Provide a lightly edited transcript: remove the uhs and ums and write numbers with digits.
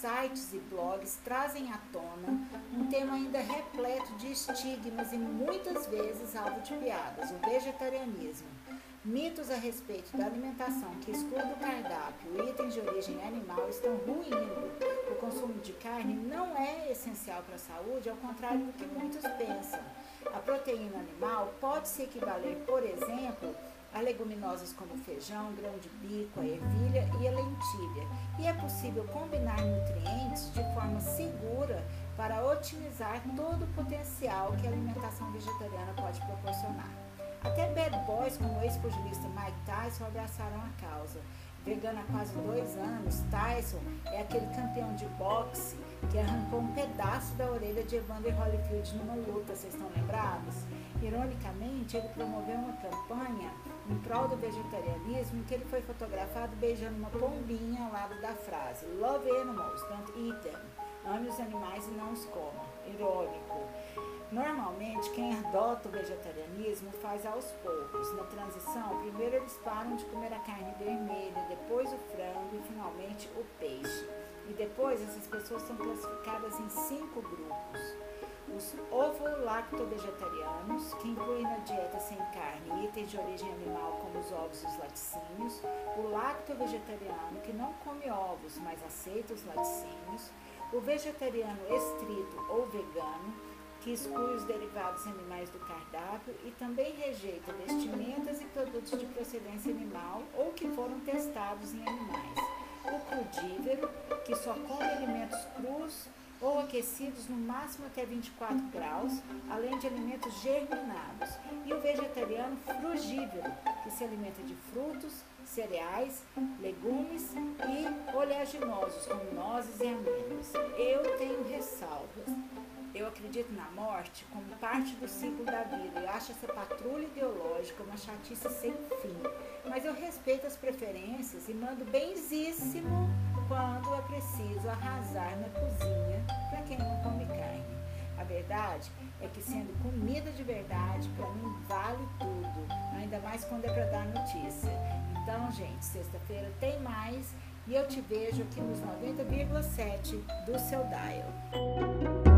sites e blogs trazem à tona um tema ainda repleto de estigmas e muitas vezes alvo de piadas, o vegetarianismo. Mitos a respeito da alimentação que exclui do cardápio itens de origem animal estão ruindo. O consumo de carne não é essencial para a saúde, ao contrário do que muitos pensam. A proteína animal pode se equivaler, por exemplo, a leguminosas como o feijão, grão de bico, a ervilha e a lentilha. E é possível combinar nutrientes de forma segura para otimizar todo o potencial que a alimentação vegetariana pode proporcionar. Até bad boys como o ex-pugilista Mike Tyson abraçaram a causa. Vegano há quase 2 anos, Tyson é aquele campeão de boxe que arrancou um pedaço da orelha de Evander Holyfield numa luta, vocês estão lembrados? Ironicamente, ele promoveu uma campanha em prol do vegetarianismo em que ele foi fotografado beijando uma pombinha ao lado da frase "Love animals, don't eat them". Ame os animais e não os coma. Irônico. Normalmente, quem adota o vegetarianismo faz aos poucos. Na transição, primeiro eles param de comer a carne vermelha, depois o frango e finalmente o peixe. E depois essas pessoas são classificadas em 5 grupos. Os ovo-lacto-vegetarianos, que incluem na dieta sem carne itens de origem animal como os ovos e os laticínios. O lacto-vegetariano, que não come ovos, mas aceita os laticínios. O vegetariano estrito ou vegano, que exclui os derivados animais do cardápio e também rejeita vestimentas e produtos de procedência animal ou que foram testados em animais. O crudívoro, que só come alimentos crus ou aquecidos no máximo até 24 graus, além de alimentos germinados. E o vegetariano frugívoro, que se alimenta de frutos, cereais, legumes e oleaginosos, como nozes e amêndoas. Eu tenho ressalvas. Eu acredito na morte como parte do ciclo da vida. Eu acho essa patrulha ideológica uma chatice sem fim. Mas eu respeito as preferências e mando benzíssimo quando é preciso arrasar na cozinha para quem não come carne. A verdade é que, sendo comida de verdade, para mim vale tudo, ainda mais quando é para dar notícia. Então, gente, sexta-feira tem mais e eu te vejo aqui nos 90,7 do seu dial.